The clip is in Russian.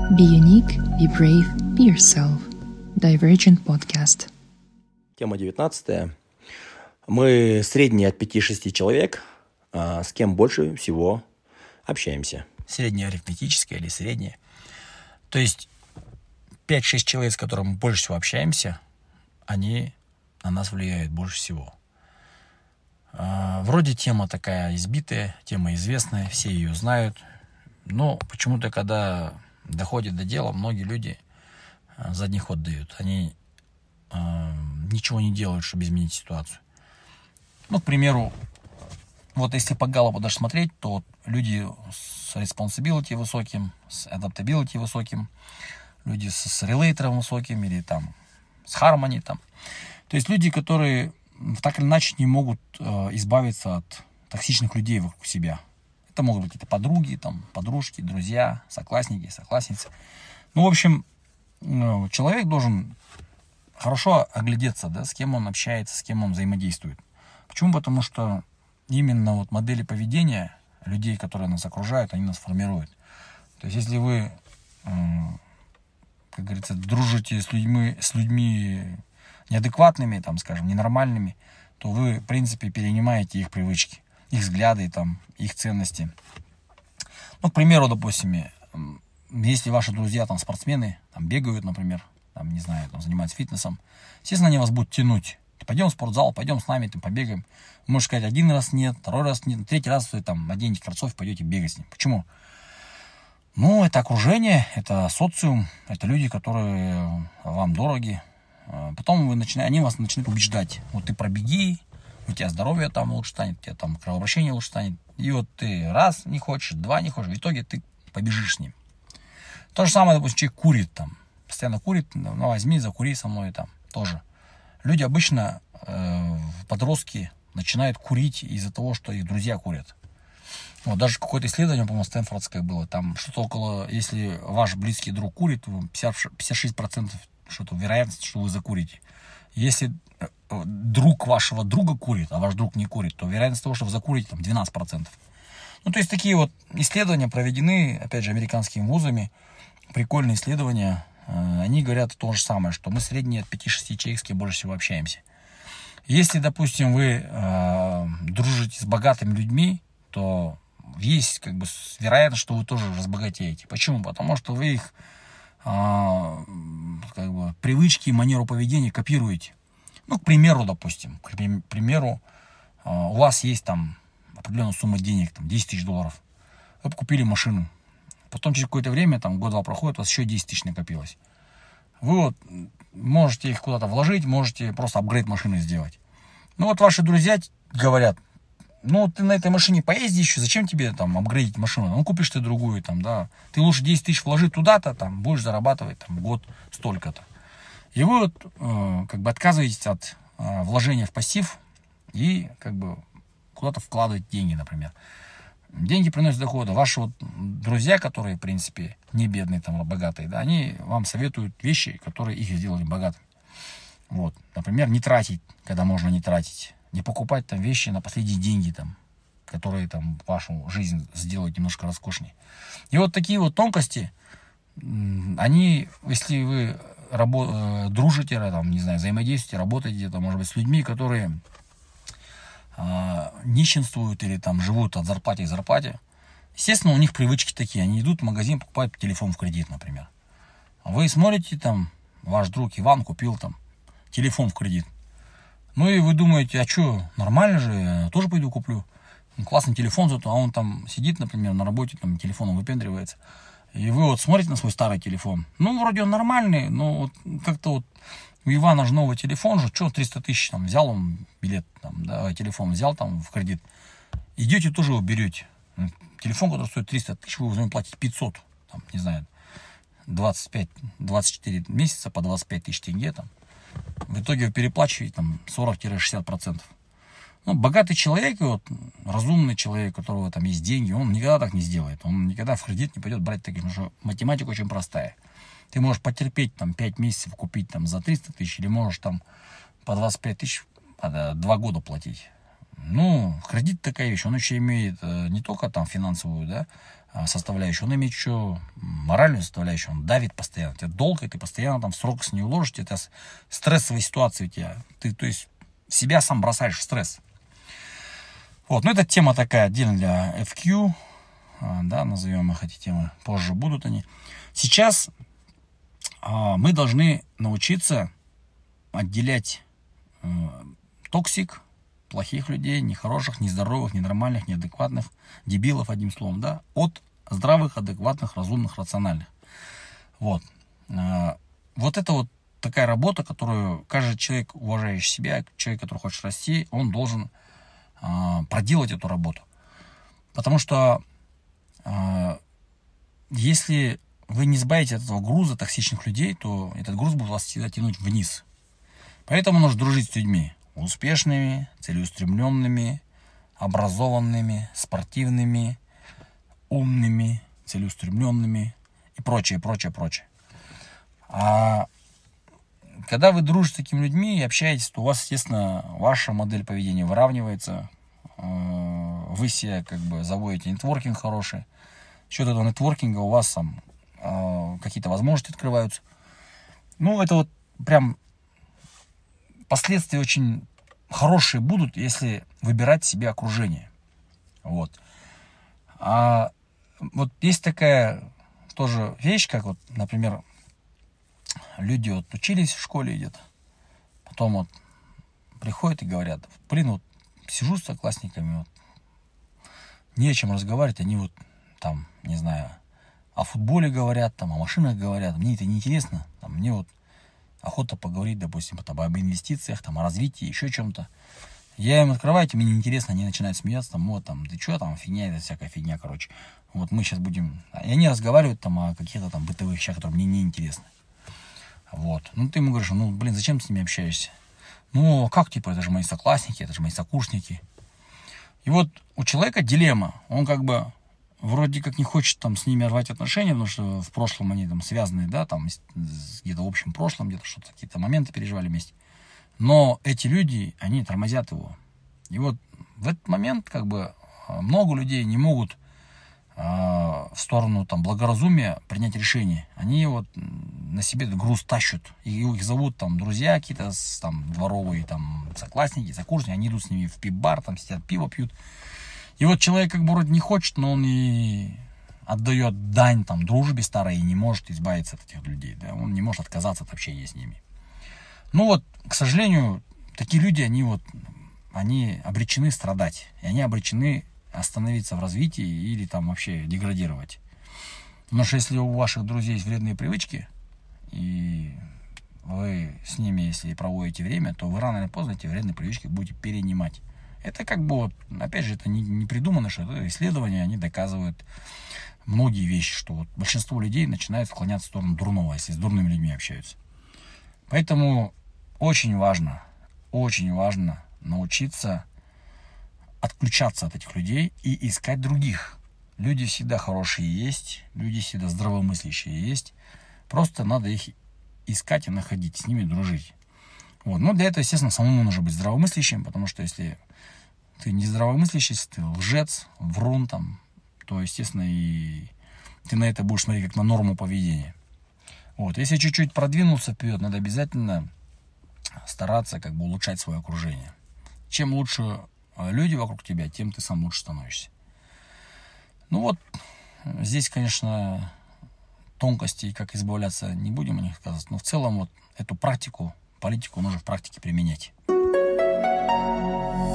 Be unique, be brave, be yourself. Divergent Podcast. Тема 19. Мы средние от 5-6 человек, с кем больше всего общаемся. Среднее арифметическое или среднее. То есть 5-6 человек, с которыми мы больше всего общаемся, они на нас влияют больше всего. Вроде тема такая избитая, тема известная, все ее знают. Но почему-то, когда доходит до дела, многие люди задний ход дают. Они ничего не делают, чтобы изменить ситуацию. Ну, к примеру, вот если по Галлапу даже смотреть, то люди с responsibility высоким, с adaptability высоким, люди с relator высоким или там с harmony там. То есть люди, которые так или иначе не могут избавиться от токсичных людей вокруг себя. Это могут быть какие-то подруги, там, подружки, друзья, соклассники, соклассницы. Ну, в общем, человек должен хорошо оглядеться, да, с кем он общается, с кем он взаимодействует. Почему? Потому что именно вот модели поведения людей, которые нас окружают, они нас формируют. То есть, если вы, как говорится, дружите с людьми неадекватными, там, скажем, ненормальными, то вы, в принципе, перенимаете их привычки, их взгляды, там, их ценности. Ну, к примеру, допустим, если ваши друзья там спортсмены, там бегают, например, там, не знаю, там, занимаются фитнесом, естественно, они вас будут тянуть. Пойдем в спортзал, пойдем с нами, там, побегаем. Вы можете сказать, один раз нет, второй раз нет, третий раз вы там наденете кроссовки, пойдете бегать с ним. Почему? Ну, это окружение, это социум, это люди, которые вам дороги. Потом они вас начинают убеждать. Вот ты пробеги, у тебя здоровье там лучше станет, у тебя там кровообращение лучше станет. И вот ты раз не хочешь, два не хочешь, в итоге ты побежишь с ним. То же самое, допустим, человек курит там, постоянно курит, ну возьми, закури со мной там тоже. Люди обычно, подростки, начинают курить из-за того, что их друзья курят. Вот даже какое-то исследование, по-моему, стэнфордское было, там что-то около, если ваш близкий друг курит, 56% что-то вероятность, что вы закурите. Если друг вашего друга курит, а ваш друг не курит, то вероятность того, что вы закурите, там 12%. Ну, то есть такие вот исследования проведены, опять же, американскими вузами, прикольные исследования, они говорят то же самое, что мы средние от 5-6 человек, с кем больше всего общаемся. Если, допустим, вы дружите с богатыми людьми, то есть как бы вероятность, что вы тоже разбогатеете. Почему? Потому что вы их как бы привычки и манеру поведения копируете. Ну, к примеру, допустим, у вас есть там определенная сумма денег, там 10 тысяч долларов. Вы купили машину. Потом через какое-то время, там год-два проходит, у вас еще 10 тысяч накопилось. Вы вот можете их куда-то вложить, можете просто апгрейд машины сделать. Ну вот ваши друзья говорят, ну ты на этой машине поезди еще, зачем тебе там апгрейдить машину? Ну купишь ты другую там, да. Ты лучше 10 тысяч вложи туда-то, там будешь зарабатывать там год столько-то. И вы вот как бы отказываетесь от вложения в пассив и как бы куда-то вкладывать деньги, например. Деньги приносят доходы. Ваши вот друзья, которые, в принципе, не бедные, там, а богатые, да, они вам советуют вещи, которые их сделали богатыми. Вот. Например, не тратить, когда можно не тратить. Не покупать там вещи на последние деньги, там, которые там вашу жизнь сделают немножко роскошнее. И вот такие вот тонкости, они, если вы дружите, там, не знаю, взаимодействуете, работаете где-то, может быть, с людьми, которые нищенствуют или там живут от зарплаты к зарплате, естественно, у них привычки такие. Они идут в магазин, покупают телефон в кредит, например. А вы смотрите, там, ваш друг Иван купил там телефон в кредит. Ну и вы думаете, а что, нормально же, я тоже пойду куплю. Классный телефон зато, а он там сидит, например, на работе, там телефоном выпендривается. И вы вот смотрите на свой старый телефон. Ну, вроде он нормальный, но вот как-то вот у Ивана же новый телефон же, что 300 тысяч там взял он билет, там, да, телефон взял там в кредит. Идете тоже его берете. Телефон, который стоит 300 тысяч, вы будете платить 500, там, не знаю, 25-24 месяца по 25 тысяч тенге там. В итоге вы переплачиваете там 40-60%. Ну, богатый человек, вот, разумный человек, у которого там есть деньги, он никогда так не сделает. Он никогда в кредит не пойдет брать такие, потому что математика очень простая. Ты можешь потерпеть там 5 месяцев, купить там за 300 тысяч, или можешь там по 25 тысяч 2 года платить. Ну, кредит такая вещь, он еще имеет не только там финансовую, да, составляющую, он имеет еще моральную составляющую, он давит постоянно. У тебя долг, и ты постоянно там в срок с ней уложишь, это стрессовая ситуация у тебя. Ты, то есть, себя сам бросаешь в стресс. Вот, ну, эта тема такая отдельно для FQ, да, назовем их эти темы, позже будут они. Сейчас мы должны научиться отделять токсик, плохих людей, нехороших, нездоровых, ненормальных, неадекватных, дебилов, одним словом, да, от здравых, адекватных, разумных, рациональных. Вот. Вот это вот такая работа, которую каждый человек, уважающий себя, человек, который хочет расти, он должен проделать эту работу. Потому что если вы не избавите от этого груза токсичных людей, то этот груз будет вас всегда тянуть вниз. Поэтому нужно дружить с людьми успешными, целеустремленными, образованными, спортивными, умными, целеустремленными и прочее, прочее, прочее. А когда вы дружите с такими людьми и общаетесь, то у вас, естественно, ваша модель поведения выравнивается, вы себе как бы заводите нетворкинг хороший. За счет этого нетворкинга у вас там какие-то возможности открываются. Ну, это вот прям последствия очень хорошие будут, если выбирать себе окружение. Вот. А вот есть такая тоже вещь, как вот, например, люди вот учились в школе где-то, потом вот приходят и говорят, блин, вот сижу с соклассниками, вот, не о чем разговаривать, они вот там, не знаю, о футболе говорят, там, о машинах говорят, мне это неинтересно, там, мне вот охота поговорить, допустим, там, об инвестициях, там, о развитии, еще о чем-то. Я им открываю, мне неинтересно, они начинают смеяться, там, вот, там, ты что, там, фигня, это всякая фигня, короче. Вот мы сейчас будем... И они разговаривают там о каких-то там бытовых вещах, которые мне не интересны. Вот. Ну, ты ему говоришь, ну, блин, зачем ты с ними общаешься? Ну, как, типа, это же мои соклассники, это же мои сокурсники. И вот у человека дилемма. Он как бы вроде как не хочет там с ними рвать отношения, потому что в прошлом они там связаны, да, там где-то в общем прошлом, где-то что-то, какие-то моменты переживали вместе. Но эти люди, они тормозят его. И вот в этот момент как бы много людей не могут в сторону там благоразумия принять решение. Они вот на себе этот груз тащат. И их зовут там друзья какие-то, там дворовые, там соклассники, сокурсники, они идут с ними в пип-бар, там сидят, пиво пьют. И вот человек как бы вроде не хочет, но он и отдает дань там дружбе старой и не может избавиться от этих людей. Да? Он не может отказаться от общения с ними. Ну вот, к сожалению, такие люди, они обречены страдать. И они обречены остановиться в развитии или там вообще деградировать. Потому что если у ваших друзей есть вредные привычки, и вы с ними, если проводите время, то вы рано или поздно эти вредные привычки будете перенимать. Это как бы, вот, опять же, это не придумано, что это исследования, они доказывают многие вещи, что вот большинство людей начинают склоняться в сторону дурного, если с дурными людьми общаются. Поэтому очень важно научиться отключаться от этих людей и искать других. Люди всегда хорошие есть, люди всегда здравомыслящие есть. Просто надо их искать и находить, с ними дружить. Вот. Но для этого, естественно, самому нужно быть здравомыслящим, потому что если ты не здравомыслящий, если ты лжец, врун, там, то, естественно, и ты на это будешь смотреть как на норму поведения. Вот. Если чуть-чуть продвинулся вперед, надо обязательно стараться как бы улучшать свое окружение. Чем лучше люди вокруг тебя, тем ты сам лучше становишься. Ну вот, здесь, конечно, тонкостей, как избавляться, не будем о них сказать, но в целом вот эту политику нужно в практике применять.